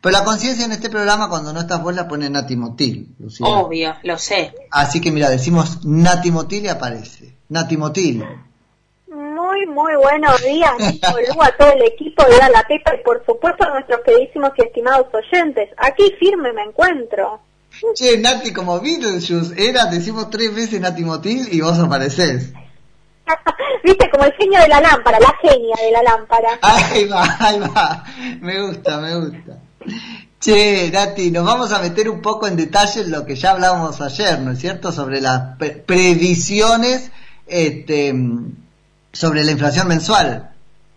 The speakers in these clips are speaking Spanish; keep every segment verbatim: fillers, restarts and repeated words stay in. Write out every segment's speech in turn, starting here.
Pero la conciencia en este programa, cuando no estás vos, la pone Nati Motil, Lucía. Obvio, lo sé. Así que mira, decimos Nati Motil y aparece. Nati Motil. Muy, muy buenos días. Saludo a todo el equipo de Da la Pepa y por supuesto a nuestros queridísimos y estimados oyentes. Aquí firme me encuentro. Che, Nati, como Beetlejuice era, decimos tres veces Nati Motil y vos aparecés. Viste, como el genio de la lámpara, la genia de la lámpara. Ahí va, ahí va. Me gusta, me gusta. Che, Nati, nos vamos a meter un poco en detalle en lo que ya hablábamos ayer, ¿no es cierto? Sobre las pre- previsiones este, sobre la inflación mensual.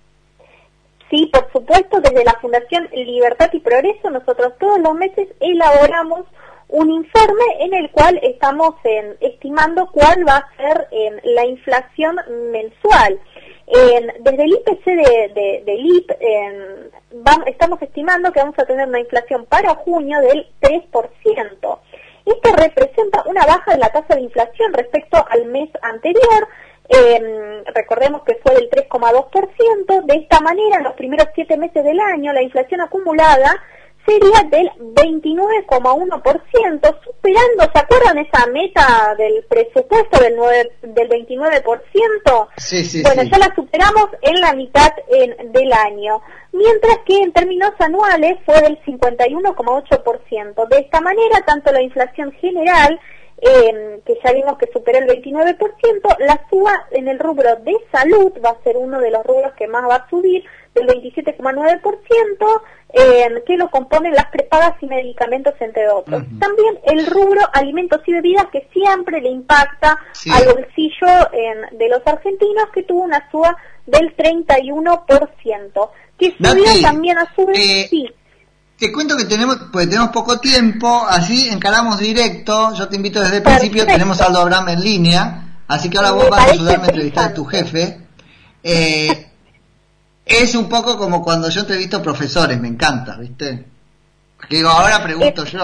Sí, por supuesto, desde la Fundación Libertad y Progreso nosotros todos los meses elaboramos un informe en el cual estamos en, estimando cuál va a ser en, la inflación mensual. En, desde el I P C de, de, del I P en, vamos, estamos estimando que vamos a tener una inflación para junio del tres por ciento. Esto representa una baja de la tasa de inflación respecto al mes anterior. Eh, recordemos que fue del tres coma dos por ciento. De esta manera, en los primeros siete meses del año, la inflación acumulada sería del veintinueve coma uno por ciento, superando, ¿se acuerdan esa meta del presupuesto del, nueve, del veintinueve por ciento? Sí, sí, bueno, sí. ya la superamos en la mitad en, del año, mientras que en términos anuales fue del cincuenta y uno coma ocho por ciento. De esta manera, tanto la inflación general, eh, que ya vimos que superó el veintinueve por ciento, la suba en el rubro de salud va a ser uno de los rubros que más va a subir, del veintisiete coma nueve por ciento, eh, que lo componen las prepagas y medicamentos, entre otros. Uh-huh. También el rubro alimentos y bebidas, que siempre le impacta sí. al bolsillo en, de los argentinos, que tuvo una suba del treinta y uno por ciento. Que subió Nati, también a su vez, eh, sí. Te cuento que tenemos, pues tenemos poco tiempo, así encaramos directo. Yo te invito desde el principio, Perfecto. Tenemos a Aldo Abraham en línea, así que ahora vos Me vas a ayudarme a entrevistar a tu jefe. Eh, es un poco como cuando yo entrevisto profesores, me encanta, ¿viste? Que digo, ahora pregunto es, yo.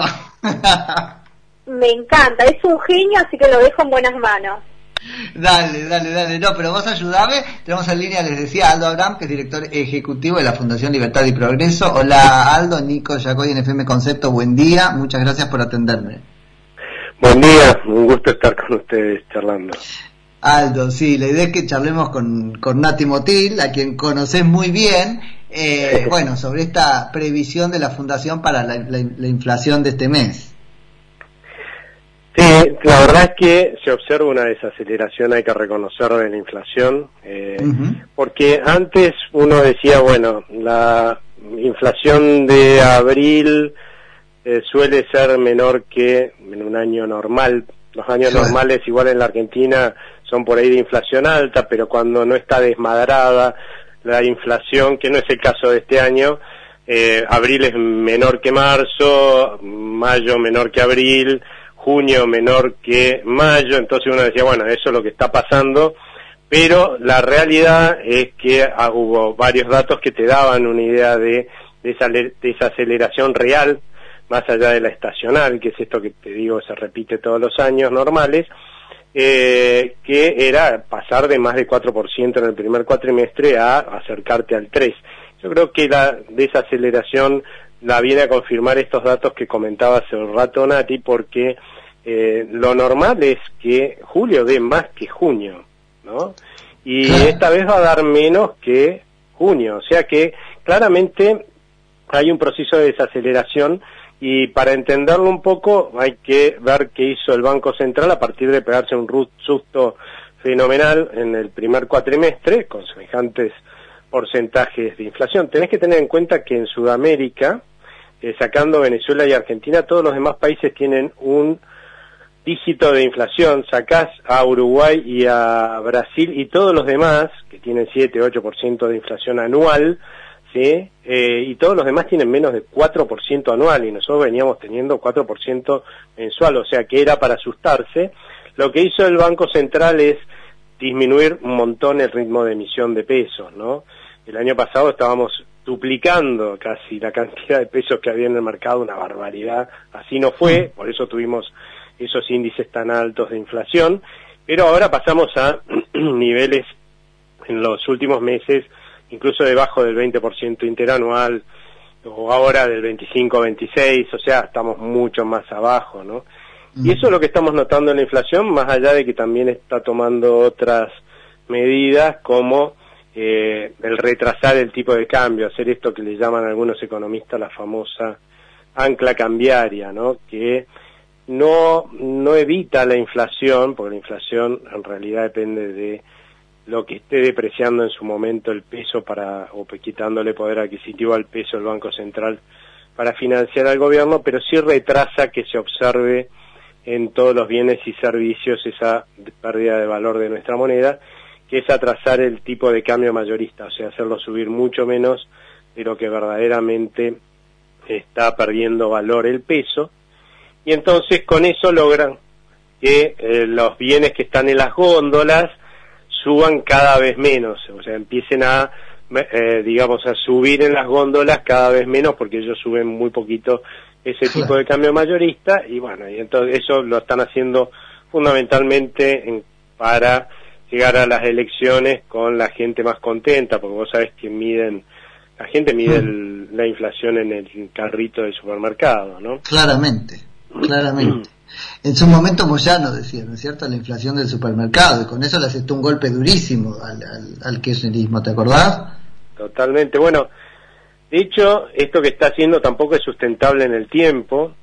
Me encanta, es un genio, así que lo dejo en buenas manos. Dale, dale, dale, no, pero vos ayudame. Tenemos en línea, les decía, Aldo Abraham, que es director ejecutivo de la Fundación Libertad y Progreso. Hola Aldo, Nico Yacoy en F M Concepto, buen día, muchas gracias por atenderme. Buen día, un gusto estar con ustedes charlando. Aldo, sí, la idea es que charlemos con, con Nati Motil, a quien conocés muy bien, eh, bueno, sobre esta previsión de la Fundación para la, la, la inflación de este mes. Sí, la verdad es que se observa una desaceleración, hay que reconocerlo, de la inflación, eh, uh-huh. porque antes uno decía, bueno, la inflación de abril eh, suele ser menor que en un año normal. Los años sí. normales, igual en la Argentina, son por ahí de inflación alta, pero cuando no está desmadrada la inflación, que no es el caso de este año, eh, abril es menor que marzo, mayo menor que abril, junio menor que mayo, entonces uno decía, bueno, eso es lo que está pasando, pero la realidad es que ah, hubo varios datos que te daban una idea de, de esa desaceleración real, más allá de la estacional, que es esto que te digo, se repite todos los años normales, eh, que era pasar de más de cuatro por ciento en el primer cuatrimestre a acercarte al tres por ciento. Yo creo que la desaceleración la viene a confirmar estos datos que comentaba hace un rato Nati, porque eh, lo normal es que julio dé más que junio, ¿no? Y claro. esta vez va a dar menos que junio, o sea que claramente hay un proceso de desaceleración, y para entenderlo un poco hay que ver qué hizo el Banco Central a partir de pegarse un susto fenomenal en el primer cuatrimestre con semejantes porcentajes de inflación. Tenés que tener en cuenta que en Sudamérica, eh, sacando Venezuela y Argentina, todos los demás países tienen un dígito de inflación. Sacás a Uruguay y a Brasil y todos los demás, que tienen siete, ocho por ciento de inflación anual, ¿sí? Eh, y todos los demás tienen menos de cuatro por ciento anual, y nosotros veníamos teniendo cuatro por ciento mensual, o sea que era para asustarse. Lo que hizo el Banco Central es disminuir un montón el ritmo de emisión de pesos, ¿no? El año pasado estábamos duplicando casi la cantidad de pesos que había en el mercado, una barbaridad. Así no fue, por eso tuvimos esos índices tan altos de inflación, pero ahora pasamos a niveles en los últimos meses incluso debajo del veinte por ciento interanual, o ahora del veinticinco, veintiséis, o sea, estamos mucho más abajo, ¿no? Y eso es lo que estamos notando en la inflación, más allá de que también está tomando otras medidas como eh, el retrasar el tipo de cambio, hacer esto que le llaman algunos economistas la famosa ancla cambiaria, ¿no? Que no, no evita la inflación, porque la inflación en realidad depende de lo que esté depreciando en su momento el peso para, o quitándole poder adquisitivo al peso el Banco Central para financiar al gobierno, pero sí retrasa que se observe en todos los bienes y servicios esa pérdida de valor de nuestra moneda, que es atrasar el tipo de cambio mayorista, o sea, hacerlo subir mucho menos de lo que verdaderamente está perdiendo valor el peso, y entonces con eso logran que eh, los bienes que están en las góndolas suban cada vez menos, o sea, empiecen a, eh, digamos, a subir en las góndolas cada vez menos, porque ellos suben muy poquito ese tipo de cambio mayorista, y bueno, y entonces eso lo están haciendo fundamentalmente en, para llegar a las elecciones con la gente más contenta, porque vos sabés que miden, la gente mide el, la inflación en el carrito del supermercado, ¿no? Claramente, claramente. En su momento Moyano decía, ¿no es cierto?, la inflación del supermercado, y con eso le asestó un golpe durísimo al, al, al kirchnerismo, ¿te acordás? Totalmente. Bueno, de hecho, esto que está haciendo tampoco es sustentable en el tiempo,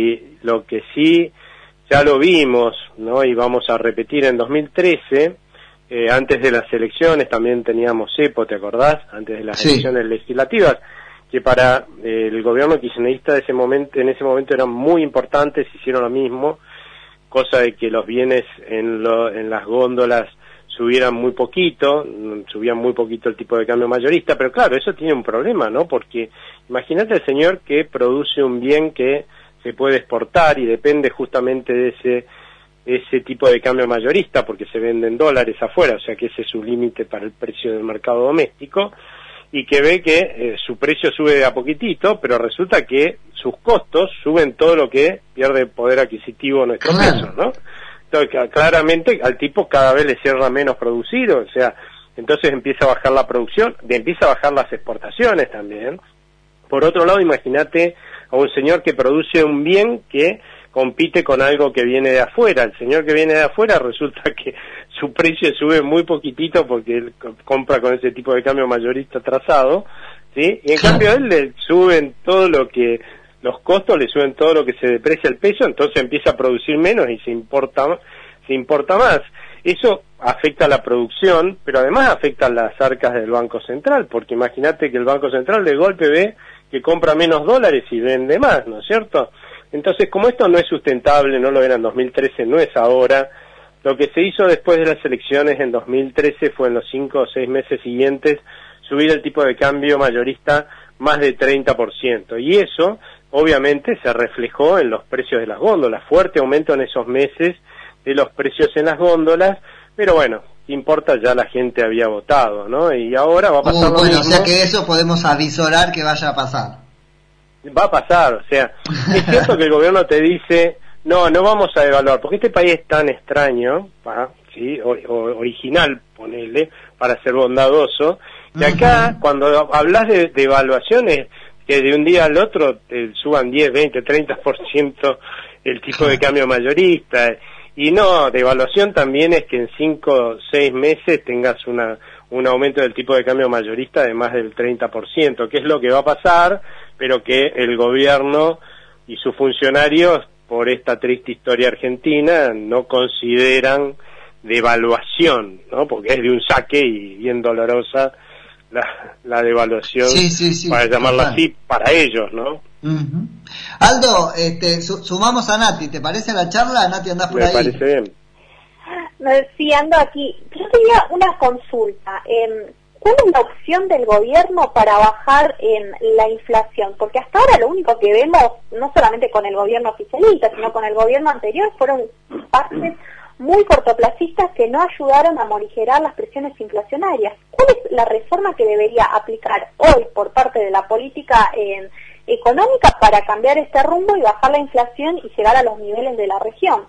y lo que sí ya lo vimos, ¿no?, y vamos a repetir en dos mil trece, eh, antes de las elecciones también teníamos cepo, ¿te acordás?, antes de las sí. elecciones legislativas, que para eh, el gobierno kirchnerista de ese momento, en ese momento eran muy importantes, hicieron lo mismo, cosa de que los bienes en, lo, en las góndolas subieran muy poquito, subían muy poquito el tipo de cambio mayorista, pero claro, eso tiene un problema, ¿no? Porque imagínate el señor que produce un bien que se puede exportar y depende justamente de ese ese tipo de cambio mayorista, porque se venden dólares afuera, o sea que ese es su límite para el precio del mercado doméstico, y que ve que eh, su precio sube de a poquitito, pero resulta que sus costos suben todo lo que pierde poder adquisitivo nuestro peso, ¿no? Entonces, claramente al tipo cada vez le cierra menos producir, o sea, entonces empieza a bajar la producción, empieza a bajar las exportaciones también. Por otro lado, imagínate a un señor que produce un bien que compite con algo que viene de afuera. El señor que viene de afuera resulta que su precio sube muy poquitito porque él compra con ese tipo de cambio mayorista trazado, ¿sí? Y en cambio a él le suben todo lo que, los costos le suben todo lo que se deprecia el peso, entonces empieza a producir menos y se importa, se importa más. Eso afecta a la producción, pero además afecta a las arcas del Banco Central, porque imagínate que el Banco Central de golpe ve que compra menos dólares y vende más, ¿no es cierto? Entonces, como esto no es sustentable, no lo era en dos mil trece, no es ahora, lo que se hizo después de las elecciones en dos mil trece fue en los cinco o seis meses siguientes subir el tipo de cambio mayorista más de treinta por ciento, y eso obviamente se reflejó en los precios de las góndolas, fuerte aumento en esos meses de los precios en las góndolas, pero bueno, ¿qué importa? Ya la gente había votado, ¿no? Y ahora va a pasar uh, lo bueno, mismo. O sea que eso podemos avisorar que vaya a pasar. Va a pasar, o sea, es cierto que el gobierno te dice, no, no vamos a devaluar, porque este país es tan extraño, ¿va? ¿Sí? O, o, original, ponele, para ser bondadoso, que acá, uh-huh. cuando hablas de, de evaluaciones, que de un día al otro te suban diez, veinte, treinta por ciento el tipo de cambio mayorista, y no, de evaluación también es que en cinco o seis meses tengas una un aumento del tipo de cambio mayorista de más del treinta por ciento, que es lo que va a pasar, pero que el gobierno y sus funcionarios, por esta triste historia argentina, no consideran devaluación, ¿no? Porque es de un saque y bien dolorosa la, la devaluación, sí, sí, sí, para llamarla total. así, para ellos, ¿no? Uh-huh. Aldo, este, su- sumamos a Nati, ¿te parece la charla? Nati, andás por Me ahí. Me parece bien. Sí, ando aquí. Yo tenía una consulta. Eh, ¿Cuál es la opción del gobierno para bajar en la inflación? Porque hasta ahora lo único que vemos, no solamente con el gobierno oficialista, sino con el gobierno anterior, fueron partes muy cortoplacistas que no ayudaron a morigerar las presiones inflacionarias. ¿Cuál es la reforma que debería aplicar hoy por parte de la política eh, económica para cambiar este rumbo y bajar la inflación y llegar a los niveles de la región?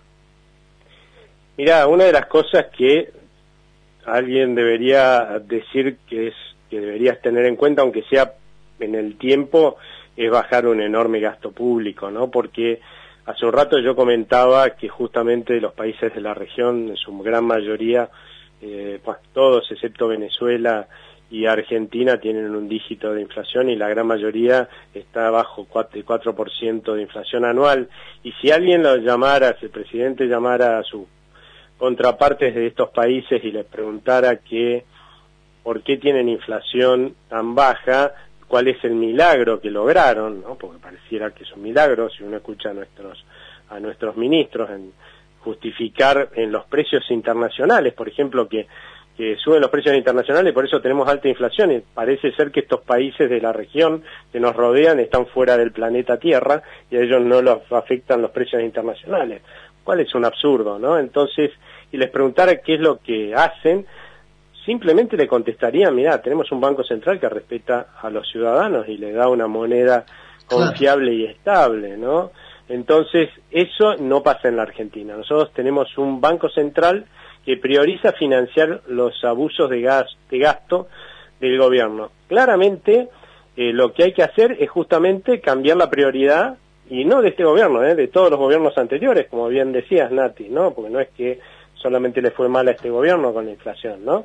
Mira, una de las cosas que alguien debería decir que es que deberías tener en cuenta, aunque sea en el tiempo es bajar un enorme gasto público, ¿no? Porque hace un rato yo comentaba que justamente los países de la región, en su gran mayoría, eh, pues todos excepto Venezuela y Argentina tienen un dígito de inflación y la gran mayoría está bajo el cuatro por ciento de inflación anual. Y si alguien lo llamara, si el presidente llamara a sus contrapartes de estos países y les preguntara que por qué tienen inflación tan baja, cuál es el milagro que lograron, ¿no? Porque pareciera que es un milagro si uno escucha a nuestros a nuestros ministros en justificar en los precios internacionales, por ejemplo, que, que suben los precios internacionales, por eso tenemos alta inflación, y parece ser que estos países de la región que nos rodean están fuera del planeta Tierra y a ellos no los afectan los precios internacionales, cuál es un absurdo, ¿no? Entonces, y les preguntara qué es lo que hacen, simplemente le contestarían, mirá, tenemos un banco central que respeta a los ciudadanos y le da una moneda confiable y estable, ¿no? Entonces, eso no pasa en la Argentina. Nosotros tenemos un banco central que prioriza financiar los abusos de, gas, de gasto del gobierno. Claramente, eh, lo que hay que hacer es justamente cambiar la prioridad, y no de este gobierno, eh, de todos los gobiernos anteriores, como bien decías, Nati, ¿no? Porque no es que solamente le fue mal a este gobierno con la inflación, ¿no?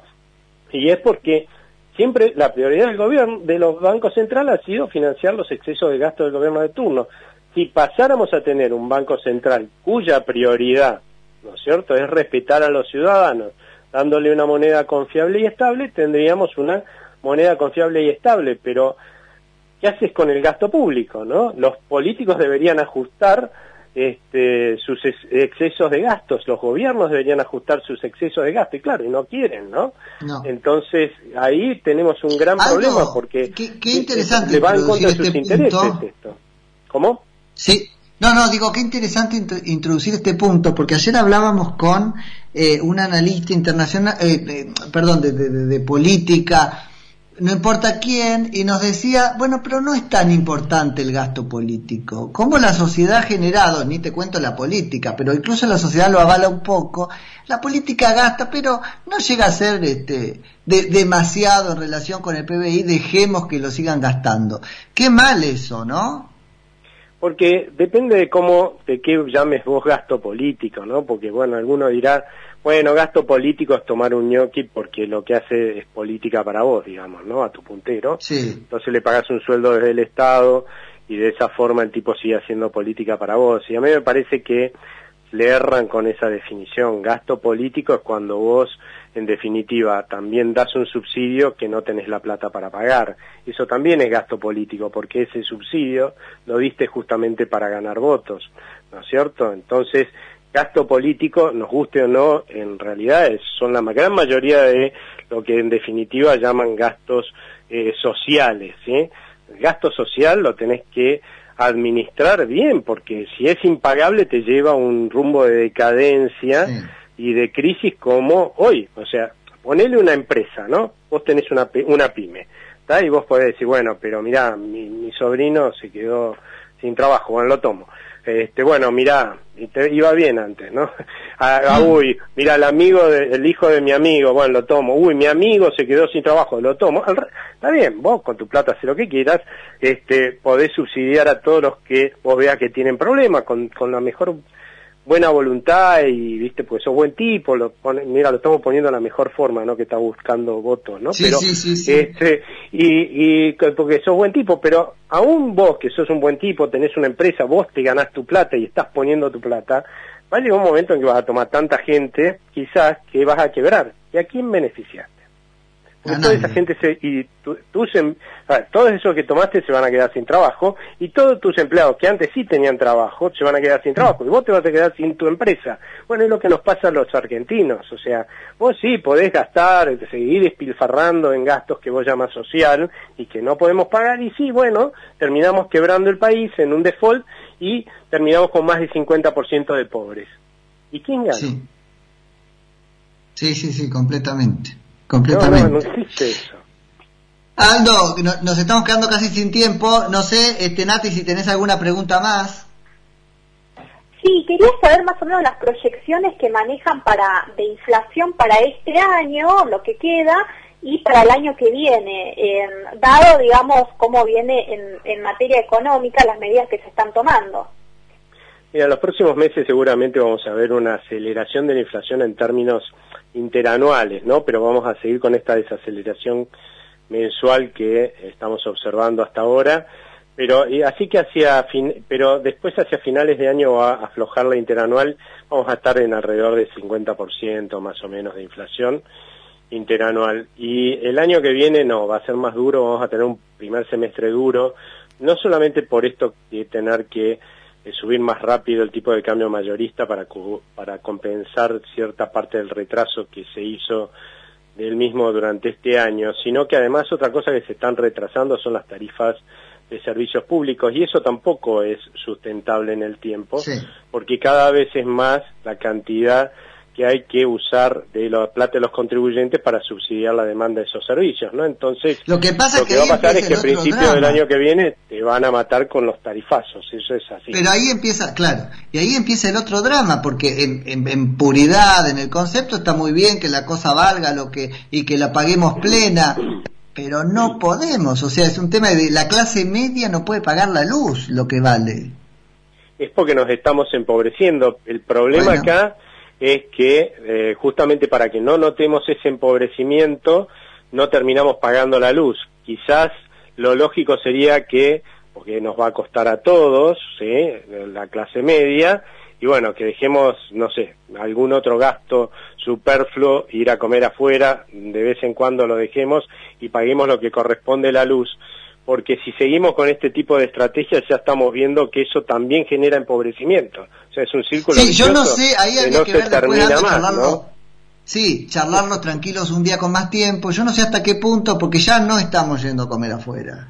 Y es porque siempre la prioridad del gobierno, de los bancos centrales, ha sido financiar los excesos de gasto del gobierno de turno. Si pasáramos a tener un banco central cuya prioridad, ¿no es cierto?, es respetar a los ciudadanos, dándole una moneda confiable y estable, tendríamos una moneda confiable y estable. Pero, ¿qué haces con el gasto público, no? Los políticos deberían ajustar Este, sus excesos de gastos, los gobiernos deberían ajustar sus excesos de gasto, y claro, y no quieren, ¿no? no. Entonces, ahí tenemos un gran Algo, problema, porque qué, qué interesante le va en contra de este sus intereses punto. esto. ¿Cómo? Sí, no, no, digo, qué interesante introducir este punto, porque ayer hablábamos con eh, un analista internacional, eh, eh, perdón, de, de, de, de política, no importa quién, y nos decía, bueno, pero no es tan importante el gasto político. Como la sociedad ha generado, ni te cuento la política, pero incluso la sociedad lo avala un poco, la política gasta, pero no llega a ser este de, demasiado en relación con el P B I, dejemos que lo sigan gastando. Qué mal eso, ¿no? Porque depende de cómo, de qué llames vos gasto político, ¿no? Porque, bueno, alguno dirá, bueno, gasto político es tomar un ñoqui porque lo que hace es política para vos, digamos, ¿no? A tu puntero. Sí. Entonces le pagás un sueldo desde el Estado y de esa forma el tipo sigue haciendo política para vos. Y a mí me parece que le erran con esa definición. Gasto político es cuando vos, en definitiva, también das un subsidio que no tenés la plata para pagar. Eso también es gasto político, porque ese subsidio lo diste justamente para ganar votos, ¿no es cierto? Entonces, gasto político, nos guste o no, en realidad es, son la gran mayoría de lo que en definitiva llaman gastos eh, sociales, ¿sí? El gasto social lo tenés que administrar bien, porque si es impagable te lleva a un rumbo de decadencia sí. y de crisis como hoy. O sea, ponele una empresa, ¿no? Vos tenés una, una pyme, ¿tá? Y vos podés decir, bueno, pero mirá, mi, mi sobrino se quedó sin trabajo, bueno, lo tomo. Este, bueno, mirá, te, iba bien antes, ¿no? A, a, uy, mirá, el amigo, de, el hijo de mi amigo, bueno, lo tomo. Uy, mi amigo se quedó sin trabajo, lo tomo. Está bien, vos con tu plata haces lo que quieras, este, podés subsidiar a todos los que vos veas que tienen problemas, con, con la mejor buena voluntad y, viste, pues sos buen tipo, lo pone, mira, lo estamos poniendo de la mejor forma, ¿no? Que está buscando votos, ¿no? Sí, pero, sí, sí, sí. este, y, y, porque sos buen tipo, pero aún vos que sos un buen tipo, tenés una empresa, vos te ganás tu plata y estás poniendo tu plata, va a llegar un momento en que vas a tomar tanta gente, quizás, que vas a quebrar. ¿Y a quién beneficiaste? Porque toda esa gente se, y tu, tus, a ver, todos esos que tomaste se van a quedar sin trabajo, y todos tus empleados que antes sí tenían trabajo se van a quedar sin trabajo, y vos te vas a quedar sin tu empresa. Bueno, es lo que nos pasa a los argentinos. O sea, vos sí podés gastar, seguir despilfarrando en gastos que vos llamas social y que no podemos pagar, y sí, bueno, terminamos quebrando el país en un default y terminamos con más del cincuenta por ciento de pobres. ¿Y quién gana? Sí, sí, sí, sí, completamente. Completamente. No, no, no existe eso. Aldo, no, nos estamos quedando casi sin tiempo. No sé, este, Nati, si tenés alguna pregunta más. Sí, quería saber más o menos las proyecciones que manejan para de inflación para este año, lo que queda, y para el año que viene, eh, dado, digamos, cómo viene en, en materia económica las medidas que se están tomando. Mira, en los próximos meses seguramente vamos a ver una aceleración de la inflación en términos interanuales, ¿no? Pero vamos a seguir con esta desaceleración mensual que estamos observando hasta ahora. Pero y así que hacia fin, pero después hacia finales de año va a aflojar la interanual, vamos a estar en alrededor de cincuenta por ciento más o menos de inflación interanual, y el año que viene no, va a ser más duro, vamos a tener un primer semestre duro, no solamente por esto de tener que eh, subir más rápido el tipo de cambio mayorista para, para compensar cierta parte del retraso que se hizo del mismo durante este año, sino que además otra cosa que se están retrasando son las tarifas de servicios públicos, y eso tampoco es sustentable en el tiempo, sí. Porque cada vez es más la cantidad que hay que usar de la plata de los contribuyentes para subsidiar la demanda de esos servicios, ¿no? Entonces, lo que, pasa lo que, que va a pasar es que a principios drama. del año que viene te van a matar con los tarifazos, eso es así. Pero ahí empieza, claro, y ahí empieza el otro drama, porque en, en, en puridad, en el concepto está muy bien que la cosa valga lo que y que la paguemos plena, pero no podemos, o sea, es un tema de la clase media no puede pagar la luz lo que vale. Es porque nos estamos empobreciendo. El problema bueno. acá es que eh, justamente para que no notemos ese empobrecimiento, no terminamos pagando la luz. Quizás lo lógico sería que, porque nos va a costar a todos, ¿sí?, la clase media, y bueno, que dejemos, no sé, algún otro gasto superfluo, ir a comer afuera, de vez en cuando lo dejemos, y paguemos lo que corresponde a la luz. Porque si seguimos con este tipo de estrategias ya estamos viendo que eso también genera empobrecimiento. O sea, es un círculo sí, yo no sé, ahí había no que ver después más, charlarlo, ¿no? Sí, charlarlo tranquilos un día con más tiempo, yo no sé hasta qué punto, porque ya no estamos yendo a comer afuera.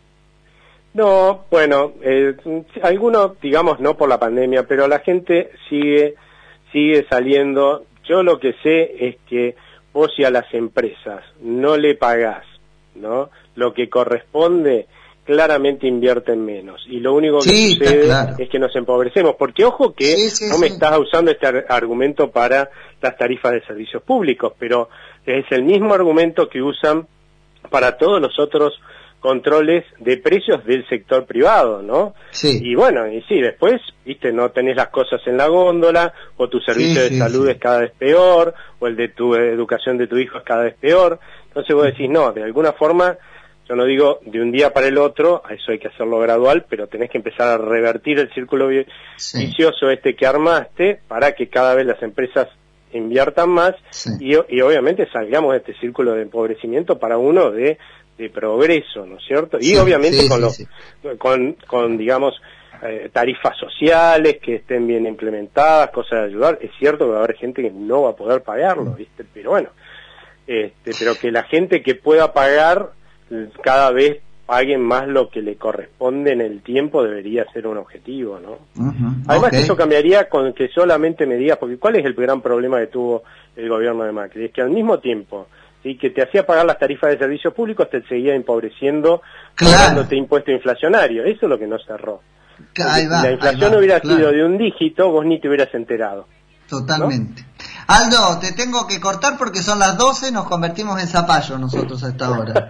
No, bueno, eh, algunos, digamos, no por la pandemia, pero la gente sigue, sigue saliendo. Yo lo que sé es que vos y a las empresas no le pagás, ¿no?, lo que corresponde, claramente invierten menos, y lo único que sí, sucede claro. es que nos empobrecemos, porque ojo que sí, sí, no me sí. estás usando este ar argumento para las tarifas de servicios públicos, pero es el mismo argumento que usan para todos los otros controles de precios del sector privado, ¿no? Sí. Y bueno, y sí, después, viste, no tenés las cosas en la góndola, o tu servicio sí, de sí, salud sí. es cada vez peor, o el de tu educación de tu hijo es cada vez peor, entonces vos decís, no, de alguna forma, yo no digo de un día para el otro, a eso hay que hacerlo gradual, pero tenés que empezar a revertir el círculo sí. vicioso este que armaste para que cada vez las empresas inviertan más sí. y, y obviamente salgamos de este círculo de empobrecimiento para uno de, de progreso, ¿no es cierto? Y sí, obviamente sí, con, sí, los, sí. con, con, digamos, eh, tarifas sociales que estén bien implementadas, cosas de ayudar. Es cierto que va a haber gente que no va a poder pagarlo, ¿viste? Pero bueno, este, pero que la gente que pueda pagar cada vez paguen más lo que le corresponde en el tiempo debería ser un objetivo, ¿no? Uh-huh, Además okay. eso cambiaría con que solamente me digas, porque ¿cuál es el gran problema que tuvo el gobierno de Macri? Es que al mismo tiempo, ¿sí?, que te hacía pagar las tarifas de servicios públicos, te seguía empobreciendo, claro. pagándote impuesto inflacionario. Eso es lo que no cerró. Ahí va, si la inflación va, hubiera claro. sido de un dígito, vos ni te hubieras enterado. Totalmente. ¿No? Aldo, te tengo que cortar porque son las doce, nos convertimos en zapallo nosotros a esta hora.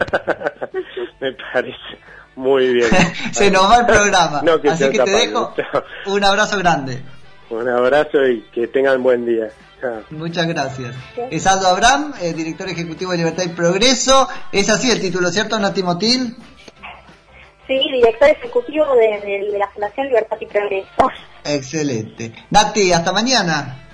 Me parece muy bien. Se nos va el programa. No, que Así que te dejo Chao. Un abrazo grande. Un abrazo y que tengan buen día. Chao. Muchas gracias. Es Aldo Abraham, eh, director ejecutivo de Libertad y Progreso. Es así el título, ¿cierto, Nati Motil? Sí, director ejecutivo de, de, de la Fundación Libertad y Progreso. Excelente. Nati, hasta mañana.